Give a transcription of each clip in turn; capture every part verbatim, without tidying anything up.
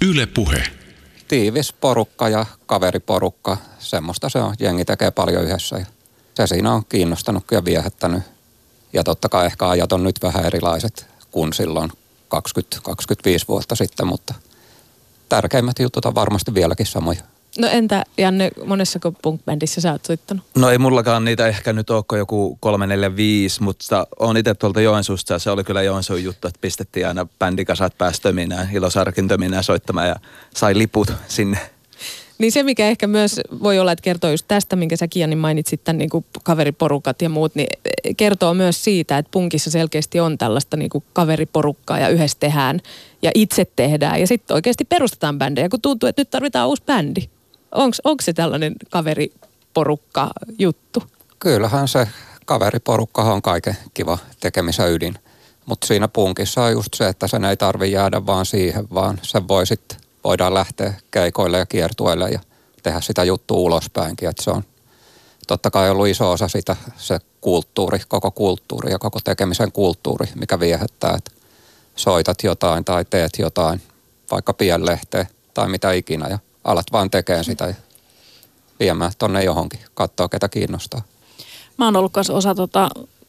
Yle Puhe. Tiivis porukka ja kaveriporukka, semmoista se on. Jengi tekee paljon yhdessä ja se siinä on kiinnostanut ja viehättänyt. Ja totta kai ehkä ajat on nyt vähän erilaiset kuin silloin kaksikymmentä kaksikymmentäviisi vuotta sitten, mutta tärkeimmät jutut on varmasti vieläkin samoja. No entä Janne, monessako punk-bändissä sä oot soittanut? No ei mullakaan niitä ehkä nyt ole joku kolme, neljä, viisi, mutta on itse tuolta Joensuusta ja se oli kyllä Joensuun juttu, että pistettiin aina bändikasat päästöminään, Ilosarkin töminään soittamaan ja sai liput sinne. Niin se, mikä ehkä myös voi olla, että kertoo just tästä, minkä säkin Jani mainitsit, tämän niin kuin kaveriporukat ja muut, niin kertoo myös siitä, että punkissa selkeästi on tällaista niin kuin kaveriporukkaa ja yhdessä tehdään ja itse tehdään ja sitten oikeasti perustetaan bändejä, kun tuntuu, että nyt tarvitaan uusi bändi. Onko se tällainen kaveriporukka juttu? Kyllähän se kaveriporukka on kaiken kiva tekemisen ydin, mutta siinä punkissa on just se, että sen ei tarvitse jäädä vaan siihen, vaan sen voi sitten voidaan lähteä keikoille ja kiertueille ja tehdä sitä juttua ulospäinkin. Että se on totta kai ollut iso osa sitä, se kulttuuri, koko kulttuuri ja koko tekemisen kulttuuri, mikä viehättää, että soitat jotain tai teet jotain, vaikka pienlehteen tai mitä ikinä ja alat vaan tekemään sitä ja viemään tonne johonkin, katsoa ketä kiinnostaa. Mä oon ollut kanssa osa tota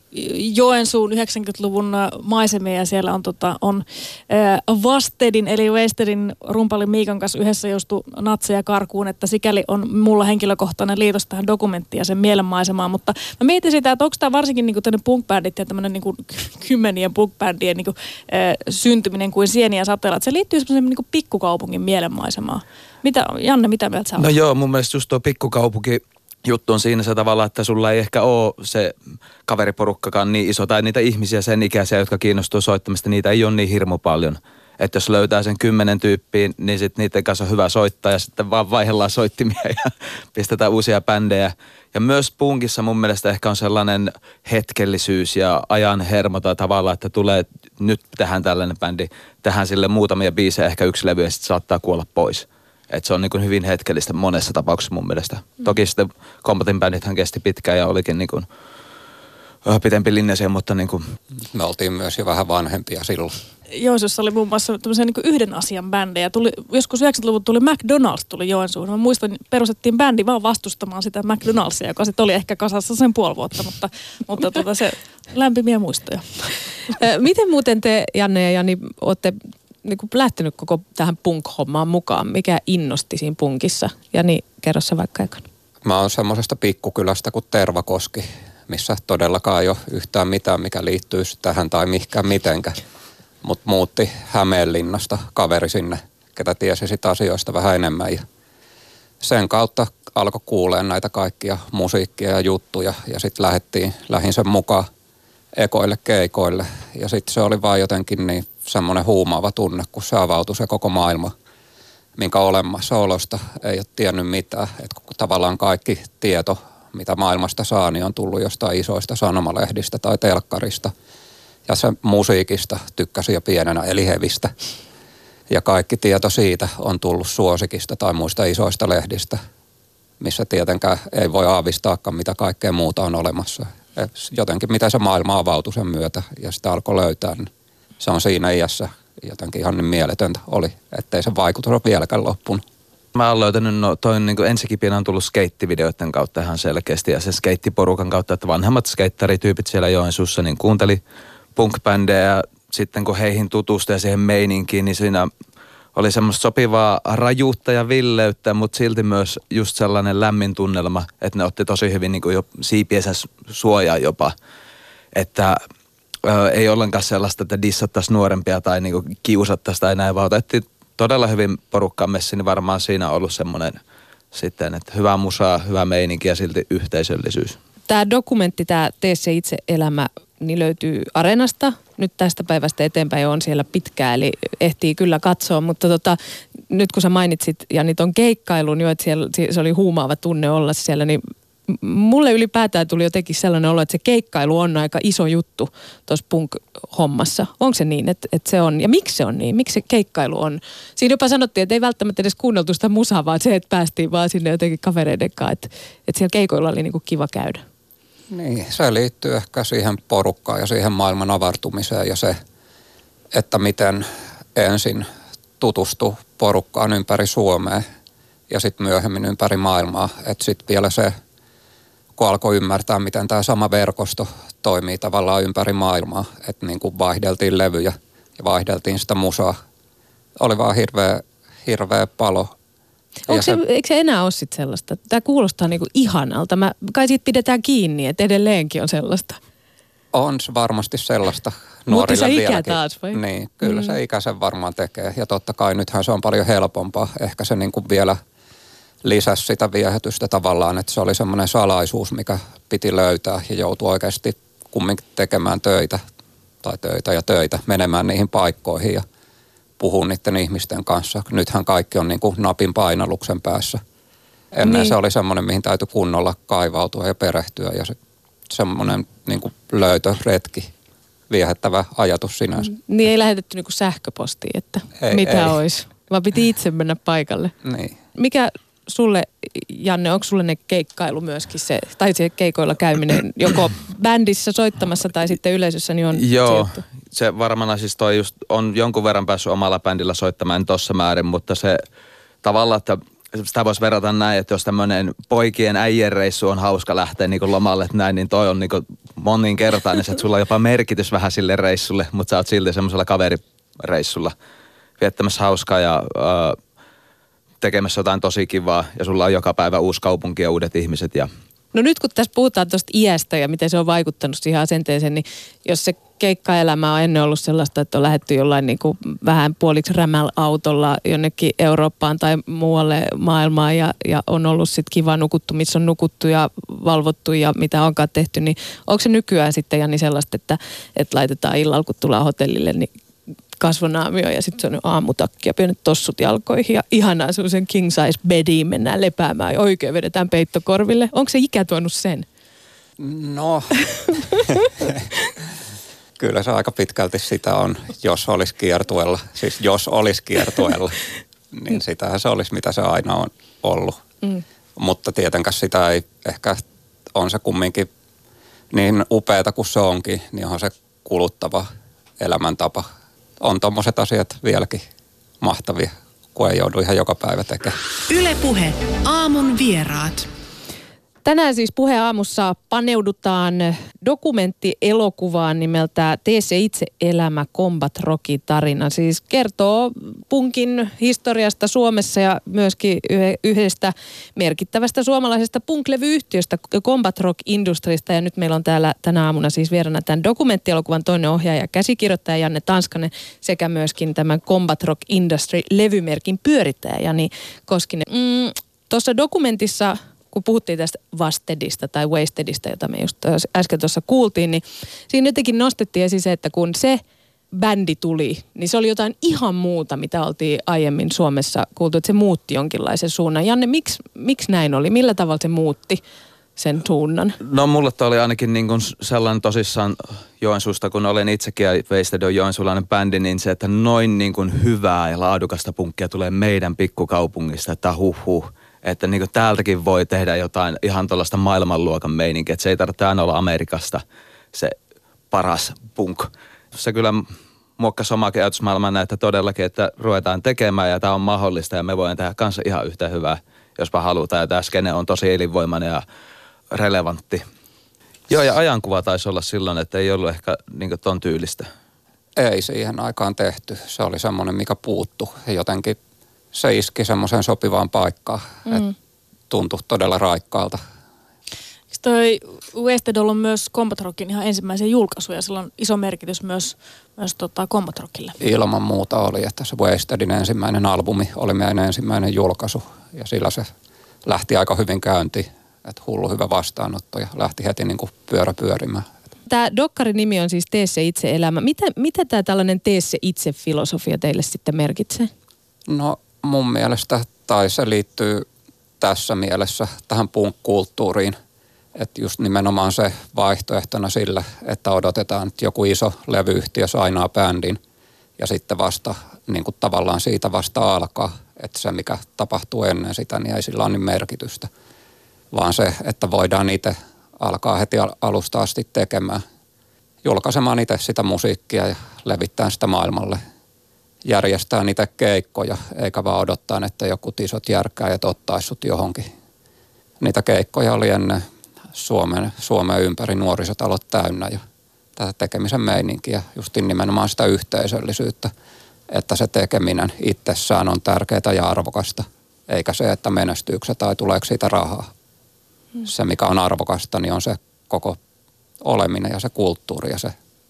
Joensuun yhdeksänkymmentäluvun maisemia ja siellä on, tota, on ää, Vastedin eli Wastedin rumpalin Miikan kanssa yhdessä joustu natseja karkuun, että sikäli on mulla henkilökohtainen liitos tähän dokumenttiin ja sen mielenmaisemaan, mutta mä mietin sitä, että onko tämä varsinkin niinku tämmöinen punk-bändit ja tämmöinen niinku kymmenien punk-bändien niinku, ää, syntyminen kuin sieni ja sateella, että se liittyy semmoisen niinku pikkukaupungin mielenmaisemaan. Mitä, Janne, mitä mieltä sä olet? No joo, mun mielestä just tuo pikkukaupunki juttu on siinä se tavalla, että sulla ei ehkä ole se kaveriporukkakaan niin iso, tai niitä ihmisiä sen ikäisiä, jotka kiinnostuu soittamista, niitä ei ole niin hirmu paljon. Että jos löytää sen kymmenen tyyppiin, niin sitten niiden kanssa on hyvä soittaa ja sitten vaan vaihdellaan soittimia ja pistetään uusia bändejä. Ja myös punkissa mun mielestä ehkä on sellainen hetkellisyys ja ajan hermo tai tavalla, että tulee, nyt tehdään tällainen bändi, tehdään sille muutamia biisejä, ehkä yksi levy ja sitten saattaa kuolla pois. Että se on niin kuin hyvin hetkellistä monessa tapauksessa mun mielestä. Mm. Toki sitten Combatin bändithän kesti pitkään ja olikin niin kuin pitempi linjaisia, mutta niin kuin me oltiin myös jo vähän vanhempia silloin. Joensuussa oli muun muassa tämmöisiä niin kuin yhden asian bändejä. Tuli, joskus yhdeksänkymmentäluvulta tuli McDonald's tuli Joensuuhun. Mä muistan, perustettiin bändi vaan vastustamaan sitä McDonald'sia, joka sitten oli ehkä kasassa sen puoli vuotta, mutta, mutta tuota, se lämpimiä muistoja. Miten muuten te, Janne ja Jani, olette niin kuin lähtenyt koko tähän punk-hommaan mukaan? Mikä innosti siinä punkissa? Jani, kerro se vaikka ekan. Mä oon semmoisesta pikkukylästä kuin Tervakoski, missä todellakaan ei ole yhtään mitään, mikä liittyisi tähän tai mihinkään mitenkään. Mutta muutti Hämeenlinnasta kaveri sinne, ketä tiesi sitä asioista vähän enemmän. Ja sen kautta alkoi kuulemaan näitä kaikkia musiikkia ja juttuja ja sitten lähdettiin, lähdin sen mukaan ekoille keikoille. Ja sitten se oli vaan jotenkin niin semmoinen huumaava tunne, kun se avautui se koko maailma, minkä olemassaolosta ei ole tiennyt mitään. Että tavallaan kaikki tieto, mitä maailmasta saa, niin on tullut jostain isoista sanomalehdistä tai telkkarista. Ja se musiikista tykkäsi jo pienenä, eli hevistä. Ja kaikki tieto siitä on tullut Suosikista tai muista isoista lehdistä, missä tietenkään ei voi aavistaakaan, mitä kaikkea muuta on olemassa. Et jotenkin miten se maailma avautui sen myötä ja sitä alkoi löytää, niin se on siinä iässä jotenkin ihan niin mieletöntä oli, ettei se vaikutus ole vieläkään loppunut. Mä oon löytänyt, no toi niin kuin ensikipinä on tullut skeittivideoiden kautta ihan selkeästi ja sen skeittiporukan kautta, että vanhemmat skeittarityypit siellä Joensuussa niin kuunteli punk-bändejä ja sitten kun heihin tutustui ja siihen meininkiin, niin siinä oli semmoista sopivaa rajuutta ja villeyttä, mutta silti myös just sellainen lämmin tunnelma, että ne otti tosi hyvin niin kuin jo siipiensä suojaa jopa, että ö, ei ollenkaan sellaista, että dissattaisiin nuorempia tai niin kuin kiusattaisiin tai näin, vaan otettiin todella hyvin porukkaan messiin, niin varmaan siinä on ollut semmoinen sitten, että hyvä musaa, hyvä meininki ja silti yhteisöllisyys. Tämä dokumentti, tämä Tee se itse elämä, niin löytyy Areenasta. Nyt tästä päivästä eteenpäin on siellä pitkään, eli ehtii kyllä katsoa. Mutta tota, nyt kun sä mainitsit Jani ton keikkailun jo, että siellä, se oli huumaava tunne olla siellä, niin mulle ylipäätään tuli jotenkin sellainen olo, että se keikkailu on aika iso juttu tuossa punk-hommassa. Onko se niin, että, että se on, ja miksi se on niin? Miksi se keikkailu on? Siinä jopa sanottiin, että ei välttämättä edes kuunneltu sitä musaa, vaan se, että päästiin vaan sinne jotenkin kavereiden kanssa, että, että siellä keikoilla oli niinku kiva käydä. Niin, se liittyy ehkä siihen porukkaan ja siihen maailman avartumiseen ja se, että miten ensin tutustui porukkaan ympäri Suomea ja sitten myöhemmin ympäri maailmaa. Että sitten vielä se, kun alkoi ymmärtää, miten tämä sama verkosto toimii tavallaan ympäri maailmaa, että niin kuin vaihdeltiin levyjä ja vaihdeltiin sitä musaa. Oli vaan hirveä, hirveä palo. Onko se, se, eikö se enää ole sit sellaista? Tämä kuulostaa niinku ihanalta. Mä, kai siitä pidetään kiinni, että edelleenkin on sellaista. On se varmasti sellaista nuorille Mutta se ikä vieläkin. taas vai? Niin, kyllä Mm. se ikä sen varmaan tekee. Ja totta kai nythän se on paljon helpompaa. Ehkä se niinku vielä lisäsi sitä viehätystä tavallaan, että se oli semmoinen salaisuus, mikä piti löytää ja joutui oikeasti kumminkin tekemään töitä tai töitä ja töitä, menemään niihin paikkoihin ja puhua niiden ihmisten kanssa. Nythän kaikki on niin kuin napin painalluksen päässä. Ennen Niin. se oli semmoinen, mihin täytyi kunnolla kaivautua ja perehtyä ja se, semmoinen niin kuin löytöretki, viehättävä ajatus sinänsä. Niin ei lähetetty niinku sähköpostiin, että Ei, mitä ei. olisi, vaan piti itse mennä paikalle. Niin. Mikä sulle, Janne, onko sulle ne keikkailu myöskin se, tai se keikoilla käyminen joko bändissä soittamassa tai sitten yleisössä, niin on Joo, se juttu? se varmaan siis toi just on jonkun verran päässyt omalla bändillä soittamaan, en tossa määrin, mutta se tavallaan, että sitä voisi verrata näin, että jos tämmöinen poikien äijän reissu on hauska lähteä niin kuin lomalle, että näin, niin toi on niin kuin moninkertainen, että sulla on jopa merkitys vähän sille reissulle, mutta sä oot silti semmoisella kaverireissulla viettämässä hauskaa ja äh, tekemässä jotain tosi kivaa ja sulla on joka päivä uusi kaupunki ja uudet ihmiset. Ja No nyt kun tässä puhutaan tuosta iästä ja miten se on vaikuttanut siihen asenteeseen, niin jos se keikkaelämä on ennen ollut sellaista, että on lähdetty jollain niin kuin vähän puoliksi rämäl-autolla jonnekin Eurooppaan tai muualle maailmaan ja, ja on ollut sitten kiva nukuttu, missä on nukuttu ja valvottu ja mitä onkaan tehty, niin onko se nykyään sitten, Jani, sellaista, että, että laitetaan illalla, kun tullaan hotellille, niin kasvonaamio ja sitten se on aamutakki ja pienet tossut jalkoihin ja ihanaa sellaisen king size bediin mennään lepäämään ja oikein vedetään peittokorville. Onko se ikä tuonut sen? No, kyllä se aika pitkälti sitä on, jos olisi kiertueella. Siis jos olisi kiertueella, niin sitähän se olisi, mitä se aina on ollut. Mm. Mutta tietenkään sitä ei ehkä, on se kumminkin niin upeata kuin se onkin, niin on se kuluttava elämäntapa. On tommoset asiat vieläkin mahtavia, kun ei joudu ihan joka päivä tekemään. Yle Puhe. Aamun vieraat. Tänään siis Puhe aamussa paneudutaan dokumenttielokuvaan nimeltä Tee se itse elämä, Combat Rockin tarina. Siis kertoo punkin historiasta Suomessa ja myöskin yhdestä merkittävästä suomalaisesta punk-levyyhtiöstä Combat Rock Industrista. Ja nyt meillä on täällä tänä aamuna siis vieraana tämän dokumenttielokuvan toinen ohjaaja ja käsikirjoittaja Janne Tanskanen sekä myöskin tämän Combat Rock Industry-levymerkin pyörittäjä Jani Koskinen. Mm, Tuossa dokumentissa, kun puhuttiin tästä Wastedista tai Wastedista, jota me just äsken tuossa kuultiin, niin siinä jotenkin nostettiin esiin se, että kun se bändi tuli, niin se oli jotain ihan muuta, mitä oltiin aiemmin Suomessa kuultu, että se muutti jonkinlaisen suunnan. Janne, miksi, miksi näin oli? Millä tavalla se muutti sen suunnan? no mulle toi oli ainakin niin kuin sellainen tosissaan Joensuusta, kun olen itsekin ja Wasted on joensuulainen bändi, niin se, että noin niin kuin hyvää ja laadukasta punkkia tulee meidän pikkukaupungista, että huh huh. Että niin kuin täältäkin voi tehdä jotain ihan tuollaista maailmanluokan meininkiä, että se ei tarvitse aina olla Amerikasta se paras punk. Se kyllä muokkasi omaakin ajatusmaailmaa, että todellakin, että ruvetaan tekemään ja tämä on mahdollista ja me voidaan tehdä kanssa ihan yhtä hyvää, jospa halutaan. Ja tämä skene on tosi elinvoimainen ja relevantti. Joo, ja ajankuva taisi olla silloin, että ei ollut ehkä niin kuin ton tyylistä. Ei siihen aikaan tehty. Se oli semmoinen, mikä puuttu. Jotenkin se iski semmoiseen sopivaan paikkaan, mm. että tuntui todella raikkaalta. Eikö toi Wasted ollut myös Combat Rockin ihan ensimmäisiä julkaisuja? Sillä on iso merkitys myös, myös tota Combat Rockille. Ilman muuta oli, että se Wastedin ensimmäinen albumi oli meidän ensimmäinen julkaisu. Ja sillä se lähti aika hyvin käyntiin. Että hullu hyvä vastaanotto ja lähti heti niin kuin pyörä pyörimään. Tämä dokkarin nimi on siis Tee se itse elämä. Mitä, mitä tämä tällainen Tee se itse filosofia teille sitten merkitsee? No mun mielestä, tai se liittyy tässä mielessä tähän punk-kulttuuriin, että just nimenomaan se vaihtoehtona sille, että odotetaan, että joku iso levyyhtiö sainaa bändin ja sitten vasta niin kuin tavallaan siitä vasta alkaa, että se mikä tapahtuu ennen sitä, niin ei sillä ole niin merkitystä, vaan se, että voidaan itse alkaa heti alusta asti tekemään, julkaisemaan itse sitä musiikkia ja levittämään sitä maailmalle. järjestää niitä keikkoja, eikä vaan odottaa, että joku isot järkkäjät ottaisi sut johonkin. Niitä keikkoja oli ennen Suomen, Suomen ympäri nuorisotalot täynnä ja tätä tekemisen meininkiä, justin nimenomaan sitä yhteisöllisyyttä, että se tekeminen itsessään on tärkeää ja arvokasta, eikä se, että menestyykö se tai tuleeko siitä rahaa. Hmm. Se, mikä on arvokasta, niin on se koko oleminen ja se kulttuuri ja se,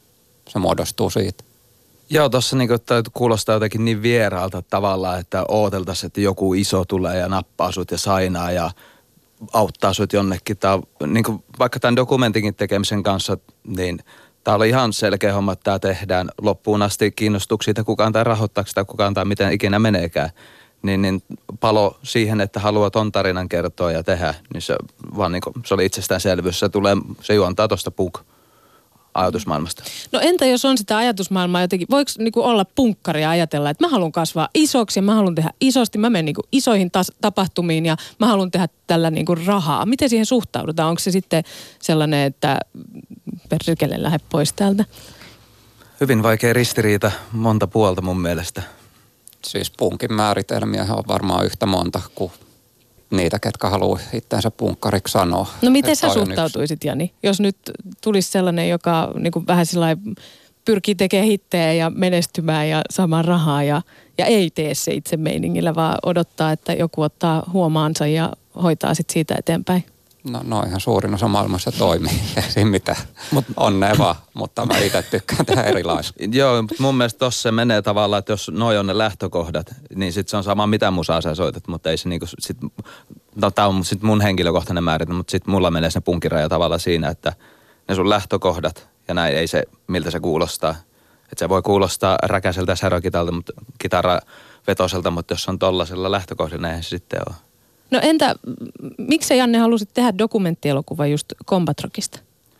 se muodostuu siitä. Joo, tuossa niinku kuulostaa jotenkin niin vieraalta tavallaan, että ooteltaisiin, että joku iso tulee ja nappaa sut ja sainaa ja auttaa sut jonnekin. Tää, niin kuin vaikka tämän dokumentinkin tekemisen kanssa, niin tämä oli ihan selkeä homma, että tämä tehdään loppuun asti kiinnostuksia, että kukaan tai rahoittaako sitä, kukaan tai miten ikinä meneekään. Niin, niin palo siihen, että haluaa ton tarinan kertoa ja tehdä, niin se, vaan niin kuin, se oli itsestäänselvyys. Se, tulee, se juontaa tuosta punk ajatusmaailmasta. No entä jos on sitä ajatusmaailmaa jotenkin, voiko niinku olla punkkari ja ajatella, että mä haluan kasvaa isoksi ja mä haluan tehdä isosti, mä menen niinku isoihin tas- tapahtumiin ja mä haluan tehdä tällä niinku rahaa. Miten siihen suhtaudutaan? Onko se sitten sellainen, että perkele lähde pois täältä? Hyvin vaikea ristiriita, monta puolta mun mielestä. Siis punkin määritelmiä on varmaan yhtä monta kuin niitä, ketkä haluaa itseänsä punkkariksi sanoa. No miten sä suhtautuisit, Jani, jos nyt tulisi sellainen, joka niin kuin vähän sillai pyrkii tekemään hittejä ja menestymään ja saamaan rahaa ja, ja ei tee se itse meiningillä, vaan odottaa, että joku ottaa huomaansa ja hoitaa sit siitä eteenpäin? No, no ihan suurin osa maailmassa toimii, ei siinä mitään. Mut onnea vaan, mutta mä itse tykkään tehdä erilaisia. Joo, mutta mun mielestä tossa se menee tavallaan, että jos noi on ne lähtökohdat, niin sit se on sama mitä musaa sä soitat, mutta ei se niinku sit, no tää on sit mun henkilökohtainen määritelmä, mutta sit mulla menee se punkiraja tavallaan siinä, että ne sun lähtökohdat ja näin ei se, miltä se kuulostaa. Että se voi kuulostaa räkäseltä ja särökitalta, mutta kitaravetoselta, mutta jos on tollasella lähtökohdilla, niin se sitten on. No entä, miksi Janne halusit tehdä dokumenttielokuva just Combat Rockista?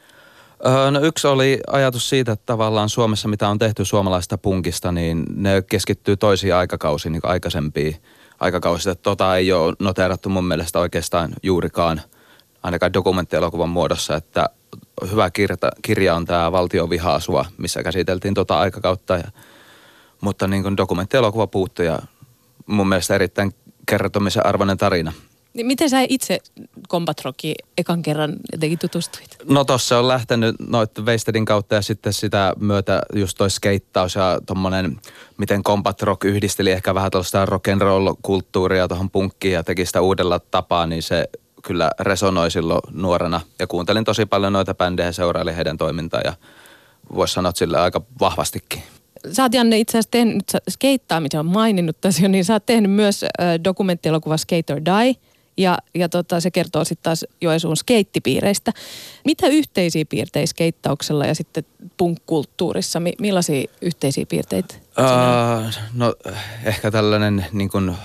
Öö, no yksi oli ajatus siitä, että tavallaan Suomessa, mitä on tehty suomalaista punkista, niin ne keskittyy toisiin aikakausiin, niin kuin aikaisempiin aikakausiin. Tota ei ole noteerattu mun mielestä oikeastaan juurikaan, ainakaan dokumenttielokuvan muodossa, että hyvä kirja, kirja on tämä Valtion viha-asua, missä käsiteltiin tota aikakautta, ja, mutta niin kuin dokumenttielokuva puuttui ja mun mielestä erittäin kertomisen arvoinen tarina. Niin miten sä itse Combat Rockiin ekan kerran jotenkin tutustuit? No tossa on lähtenyt noita Wastedin kautta ja sitten sitä myötä just toi skeittaus ja tommonen, miten Combat Rock yhdisteli ehkä vähän tuollaista rock'n'roll-kulttuuria tuohon punkkiin ja teki sitä uudella tapaa, niin se kyllä resonoi silloin nuorena. Ja kuuntelin tosi paljon noita bändejä ja seurailin heidän toimintaa ja voisi sanoa, että sille aika vahvastikin. Sä oot, Janne, itse asiassa tehnyt skeittaamisen, on maininnut tässä jo, niin sä oot tehnyt myös äh, dokumenttielokuva Skate or Die, ja, ja tota, se kertoo sitten taas Joensuun skeittipiireistä. Mitä yhteisiä piirteitä skeittauksella ja sitten punk-kulttuurissa, mi- millaisia yhteisiä piirteitä? Uh, no ehkä tällainen niin kuin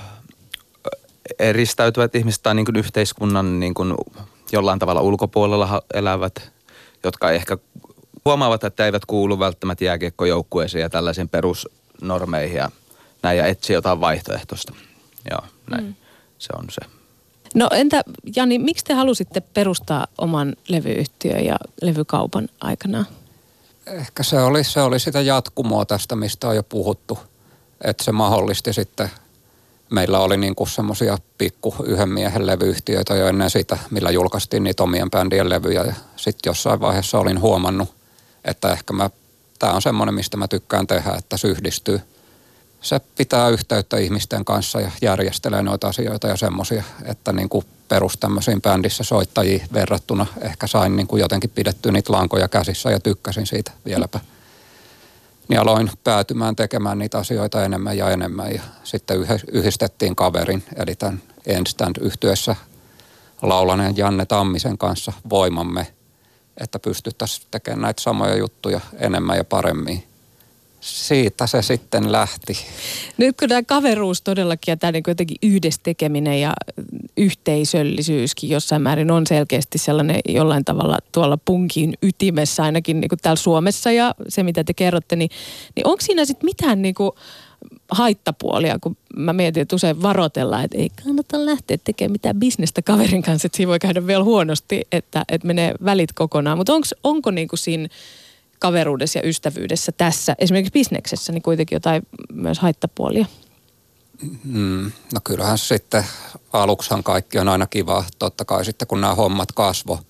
eristäytyvät ihmiset tai niin kuin yhteiskunnan niin kuin jollain tavalla ulkopuolella elävät, jotka ehkä huomaavat, että eivät kuulu välttämättä jääkiekkojoukkueisiin ja tällaisiin perusnormeihin ja näin ja etsii jotain vaihtoehtoista. Joo, näin. Mm. Se on se. No entä Jani, miksi te halusitte perustaa oman levyyhtiön ja levykaupan aikanaan? Ehkä se oli, se oli sitä jatkumoa tästä, mistä on jo puhuttu. Että se mahdollisti sitten, meillä oli niinku semmoisia pikku yhden miehen levyyhtiöitä jo ennen sitä, millä julkaistiin niitä omien bändien levyjä. Ja sitten jossain vaiheessa olin huomannut, että ehkä mä, tää on semmoinen, mistä mä tykkään tehdä, että se yhdistyy. Se pitää yhteyttä ihmisten kanssa ja järjestelee noita asioita ja semmoisia, että niin kuin perus tämmöisiin bändissä soittajiin verrattuna ehkä sain niin kuin jotenkin pidettyä niitä lankoja käsissä ja tykkäsin siitä vieläpä. Niin aloin päätymään tekemään niitä asioita enemmän ja enemmän ja sitten yhdistettiin kaverin, eli tämän Endstand-yhtyessä laulaneen Janne Tammisen kanssa voimamme, että pystyttäisiin tekemään näitä samoja juttuja enemmän ja paremmin. Siitä se sitten lähti. Nyt kun tämä kaveruus todellakin ja tämä niin jotenkin yhdessä tekeminen ja yhteisöllisyyskin jossain määrin on selkeästi sellainen jollain tavalla tuolla punkin ytimessä ainakin niin kuin täällä Suomessa ja se mitä te kerrotte, niin, niin onko siinä sitten mitään niin kuin haittapuolia, kun mä mietin, että usein varoitellaan, että ei kannata lähteä tekemään mitään bisnestä kaverin kanssa, että siinä voi käydä vielä huonosti, että, että menee välit kokonaan, mutta onko, onko niin kuin siinä kaveruudessa ja ystävyydessä tässä, esimerkiksi bisneksessä, niin kuitenkin jotain myös haittapuolia? Mm, no kyllähän sitten aluksihan kaikki on aina kiva, totta kai sitten kun nämä hommat kasvo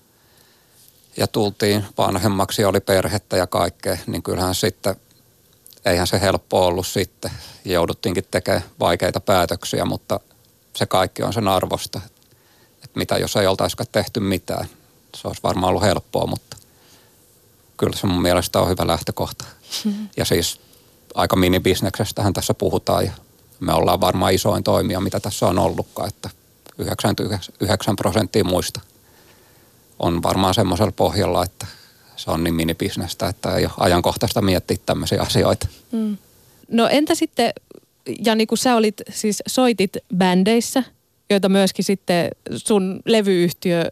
ja tultiin vanhemmaksi ja oli perhettä ja kaikkea, niin kyllähän sitten, eihän se helppo ollut sitten. Jouduttiinkin tekemään vaikeita päätöksiä, mutta se kaikki on sen arvosta. Että mitä jos ei oltaisikaan tehty mitään. Se olisi varmaan ollut helppoa, mutta kyllä se mun mielestä on hyvä lähtökohta. Mm-hmm. Ja siis aika minibisneksestähän tässä puhutaan ja me ollaan varmaan isoin toimija, mitä tässä on ollutkaan, että yhdeksänkymmentäyhdeksän prosenttia muista on varmaan semmoisella pohjalla, että se on niin minibisnestä, että ei ole ajankohtaista miettiä tämmöisiä asioita. Mm. No entä sitten, Jani, kun sä olit, siis soitit bändeissä, joita myöskin sitten sun levyyhtiö,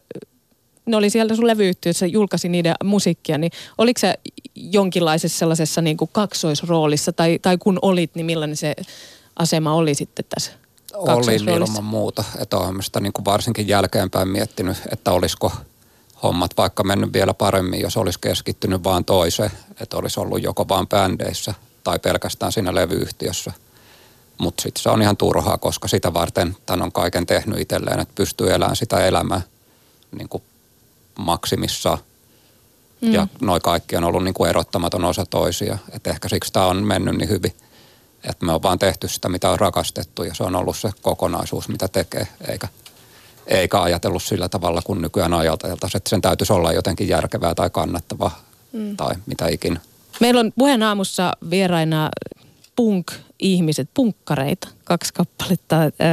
ne oli siellä sun levyyhtiössä, julkaisi niiden musiikkia, niin oliko sä jonkinlaisessa sellaisessa niin kuin kaksoisroolissa, tai, tai kun olit, niin millainen se asema oli sitten tässä kaksoisroolissa? Oli ilman muuta, että olen sitä niin kuin varsinkin jälkeenpäin miettinyt, että olisiko hommat vaikka mennyt vielä paremmin, jos olisi keskittynyt vaan toiseen, että olisi ollut joko vaan bändeissä tai pelkästään siinä levyyhtiössä. Mutta sitten se on ihan turhaa, koska sitä varten tämän on kaiken tehnyt itselleen, että pystyy elämään sitä elämää niin kuin maksimissaan. Mm. Ja noi kaikki on ollut niin kuin erottamaton osa toisia. Että ehkä siksi tämä on mennyt niin hyvin, että me on vaan tehty sitä, mitä on rakastettu ja se on ollut se kokonaisuus, mitä tekee, eikä eikä ajatellut sillä tavalla, kun nykyään ajateltaisiin, että sen täytyisi olla jotenkin järkevää tai kannattavaa mm. tai mitä ikinä. Meillä on Puheen aamussa vieraina punk-ihmiset, punkkareita, kaksi kappaletta.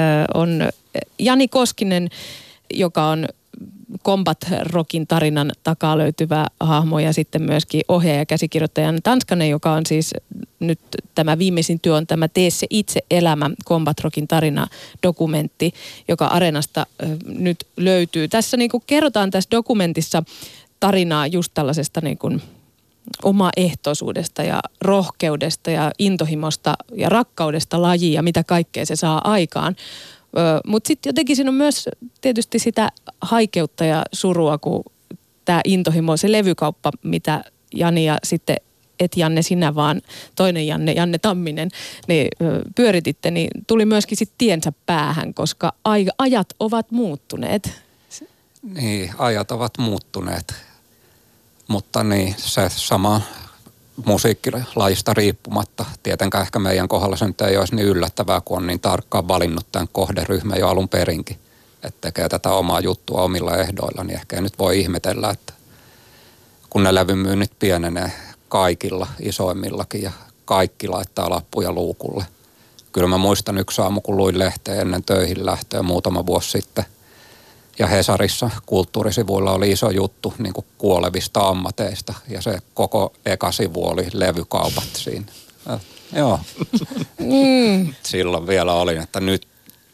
On Jani Koskinen, joka on Combat Rockin tarinan takaa löytyvä hahmo ja sitten myöskin ohjaaja ja käsikirjoittaja Tanskanen, joka on siis nyt tämä viimeisin työ on tämä Tee se itse elämä, Combat Rockin tarina dokumentti, joka Areenasta nyt löytyy. Tässä niin kuin kerrotaan tässä dokumentissa tarinaa just tällaisesta niin kuin omaehtoisuudesta ja rohkeudesta ja intohimosta ja rakkaudesta lajiin ja mitä kaikkea se saa aikaan. Mutta sitten jotenkin siinä on myös tietysti sitä haikeutta ja surua, kun tämä intohimo, se levykauppa, mitä Jani ja sitten, et Janne sinä vaan, toinen Janne, Janne Tamminen, niin pyörititte, niin tuli myöskin sitten tiensä päähän, koska ajat ovat muuttuneet. Niin, ajat ovat muuttuneet, mutta niin se sama musiikkilajista riippumatta. Tietenkään ehkä meidän kohdalla se nyt ei olisi niin yllättävää, kun on niin tarkkaan valinnut tämän kohderyhmän jo alun perinkin. Että tekee tätä omaa juttua omilla ehdoilla, niin ehkä nyt voi ihmetellä, että kun ne levymyynnit pienenee kaikilla, isoimmillakin ja kaikki laittaa lappuja luukulle. Kyllä mä muistan yksi aamu, kun luin lehteä ennen töihin lähtöä muutama vuosi sitten. Ja Hesarissa kulttuurisivuilla oli iso juttu niin kuin kuolevista ammateista ja se koko eka sivu oli levykaupat siinä. Ja, joo. Mm. Silloin vielä olin, että nyt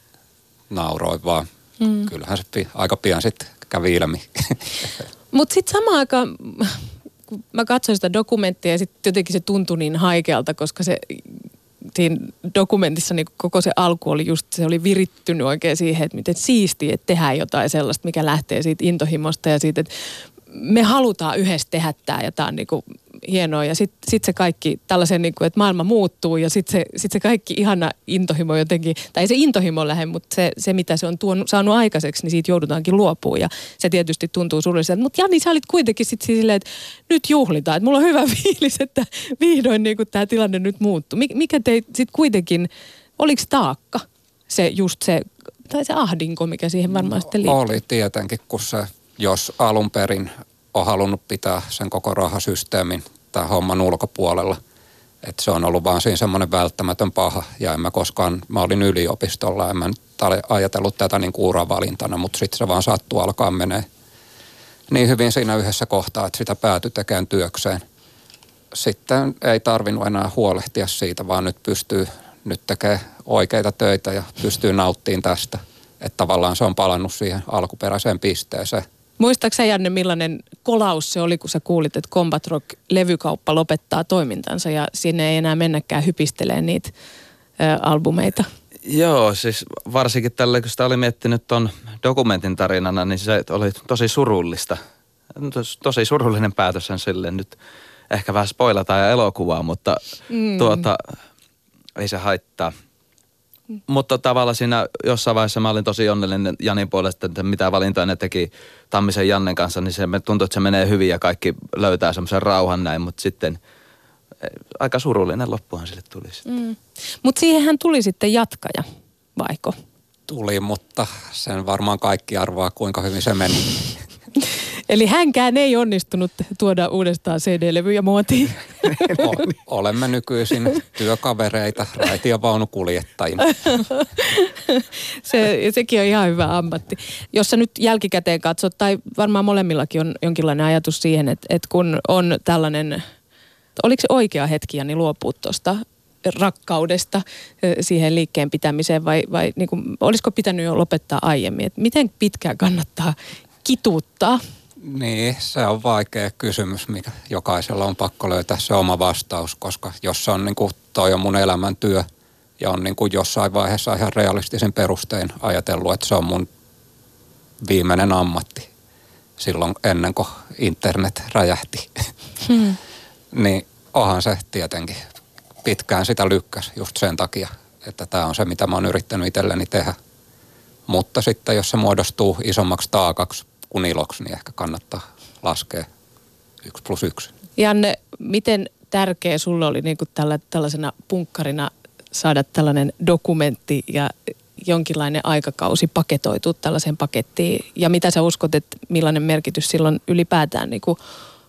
nauroin vaan. Mm. Kyllähän se pi- aika pian sitten kävi ilmi. Mutta sitten samaan aikaan, kun mä katsoin sitä dokumenttia ja sitten jotenkin se tuntui niin haikealta, koska se siinä dokumentissa niin koko se alku oli just, se oli virittynyt oikein siihen, että miten siistiä, että tehdään jotain sellaista, mikä lähtee siitä intohimosta ja siitä, että me halutaan yhdessä tehdä tämä ja tämä on niin kuin hienoa. Ja sitten sit se kaikki tällaisen, niin kuin, että maailma muuttuu ja sitten se, sit se kaikki ihana intohimo jotenkin, tai ei se intohimo lähde, mutta se, se mitä se on tuonut, saanut aikaiseksi, niin siitä joudutaankin luopumaan. Ja se tietysti tuntuu surulliselta. Mutta Jani, sä olit kuitenkin sitten silleen, että nyt juhlitaan. Että mulla on hyvä fiilis, että vihdoin niin tämä tilanne nyt muuttuu. Mikä teit sitten kuitenkin, oliko taakka se just se, tai se ahdinko, mikä siihen varmaan sitten liittyy? Oli tietenkin, kun se, jos alun perin on halunnut pitää sen koko rahasysteemin tämän homman ulkopuolella. Että se on ollut vaan siinä semmoinen välttämätön paha. Ja en mä koskaan, mä olin yliopistolla, en mä nyt ajatellut tätä niin kuin uravalintana, mutta sitten se vaan sattuu alkaa menee niin hyvin siinä yhdessä kohtaa, että sitä päätyi tekemään työkseen. Sitten ei tarvinnut enää huolehtia siitä, vaan nyt pystyy nyt tekemään oikeita töitä ja pystyy nauttimaan tästä. Että tavallaan se on palannut siihen alkuperäiseen pisteeseen. Muistatko sä, Janne, millainen kolaus se oli, kun sä kuulit, että Combat Rock-levykauppa lopettaa toimintansa ja sinne ei enää mennäkään hypistelemään niitä ä, albumeita? Joo, siis varsinkin tällä, kun sitä oli miettinyt ton dokumentin tarinana, niin se oli tosi surullista. Tosi surullinen päätös silleen nyt. ehkä vähän spoilataan ja elokuvaa, mutta Mm. tuota, ei se haittaa. Mm. Mutta tavallaan siinä jossain vaiheessa mä olin tosi onnellinen Janin puolesta, että mitä valintoja ne teki Tammisen Jannen kanssa, niin se tuntui, että se menee hyvin ja kaikki löytää semmoisen rauhan näin, mutta sitten aika surullinen loppuhan sille tuli sitten. Mm. Mutta siihenhän tuli sitten jatkaja, vaiko? Tuli, mutta sen varmaan kaikki arvaa, kuinka hyvin se meni. Eli hänkään ei onnistunut tuoda uudestaan C D-levyjä muotiin. O- olemme nykyisin työkavereita raitiovaunukuljettajina. Se, sekin on ihan hyvä ammatti. Jos sä nyt jälkikäteen katsot, tai varmaan molemmillakin on jonkinlainen ajatus siihen, että, että kun on tällainen, oliko se oikea hetki Jani luopua tuosta rakkaudesta siihen liikkeen pitämiseen vai, vai niin kuin, olisiko pitänyt jo lopettaa aiemmin? Et miten pitkään kannattaa kituuttaa? Niin, se on vaikea kysymys, mikä jokaisella on pakko löytää se oma vastaus, koska jos on niin kuin, toi on mun elämäntyö ja on niin kuin jossain vaiheessa ihan realistisen perustein ajatellut, että se on mun viimeinen ammatti silloin ennen kuin internet räjähti. Hmm. Niin onhan se tietenkin pitkään sitä lykkäs just sen takia, että tämä on se, mitä mä oon yrittänyt itselleni tehdä. Mutta sitten jos se muodostuu isommaksi taakaksi kuin iloksi, niin ehkä kannattaa laskea yksi plus yksi. Janne, miten tärkeä sulle oli niin kuin tällä, tällaisena punkkarina saada tällainen dokumentti ja jonkinlainen aikakausi paketoitua tällaiseen pakettiin? Ja mitä sä uskot, että millainen merkitys silloin ylipäätään niin kuin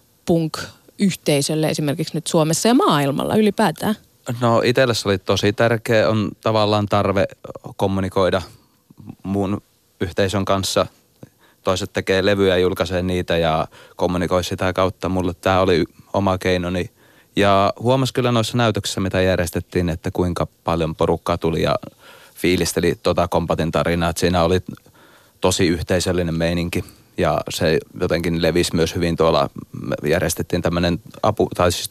punk-yhteisölle esimerkiksi nyt Suomessa ja maailmalla ylipäätään? No itselle se oli tosi tärkeä, on tavallaan tarve kommunikoida muun yhteisön kanssa. Toiset tekee levyjä, julkaisee niitä ja kommunikoi sitä kautta. Mulle tämä oli oma keinoni. Ja huomasi kyllä noissa näytöksissä, mitä järjestettiin, että kuinka paljon porukkaa tuli ja fiilisteli tota Kompatin tarinaa. Että siinä oli tosi yhteisöllinen meininki ja se jotenkin levisi myös hyvin tuolla. Järjestettiin tämmöinen apu, tai siis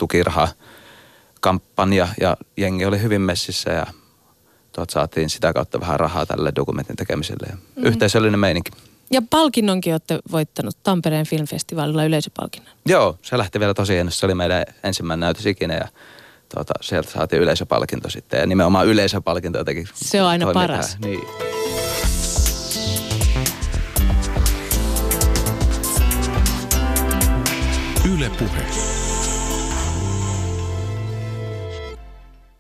tukiraha-kampanja ja jengi oli hyvin messissä ja tuot saatiin sitä kautta vähän rahaa tälle dokumentin tekemiselle. Mm-hmm. Yhteisöllinen meininki. Ja palkinnonkin olette voittanut Tampereen filmfestivaalilla yleisöpalkinnon. Joo, se lähti vielä tosi hienosti. Se oli meidän ensimmäinen näytös ikinä ja tuota, sieltä saatiin yleisöpalkinto sitten. Ja nimenomaan yleisöpalkinto jotenkin. Se on aina paras. Niin. Yle Puhe.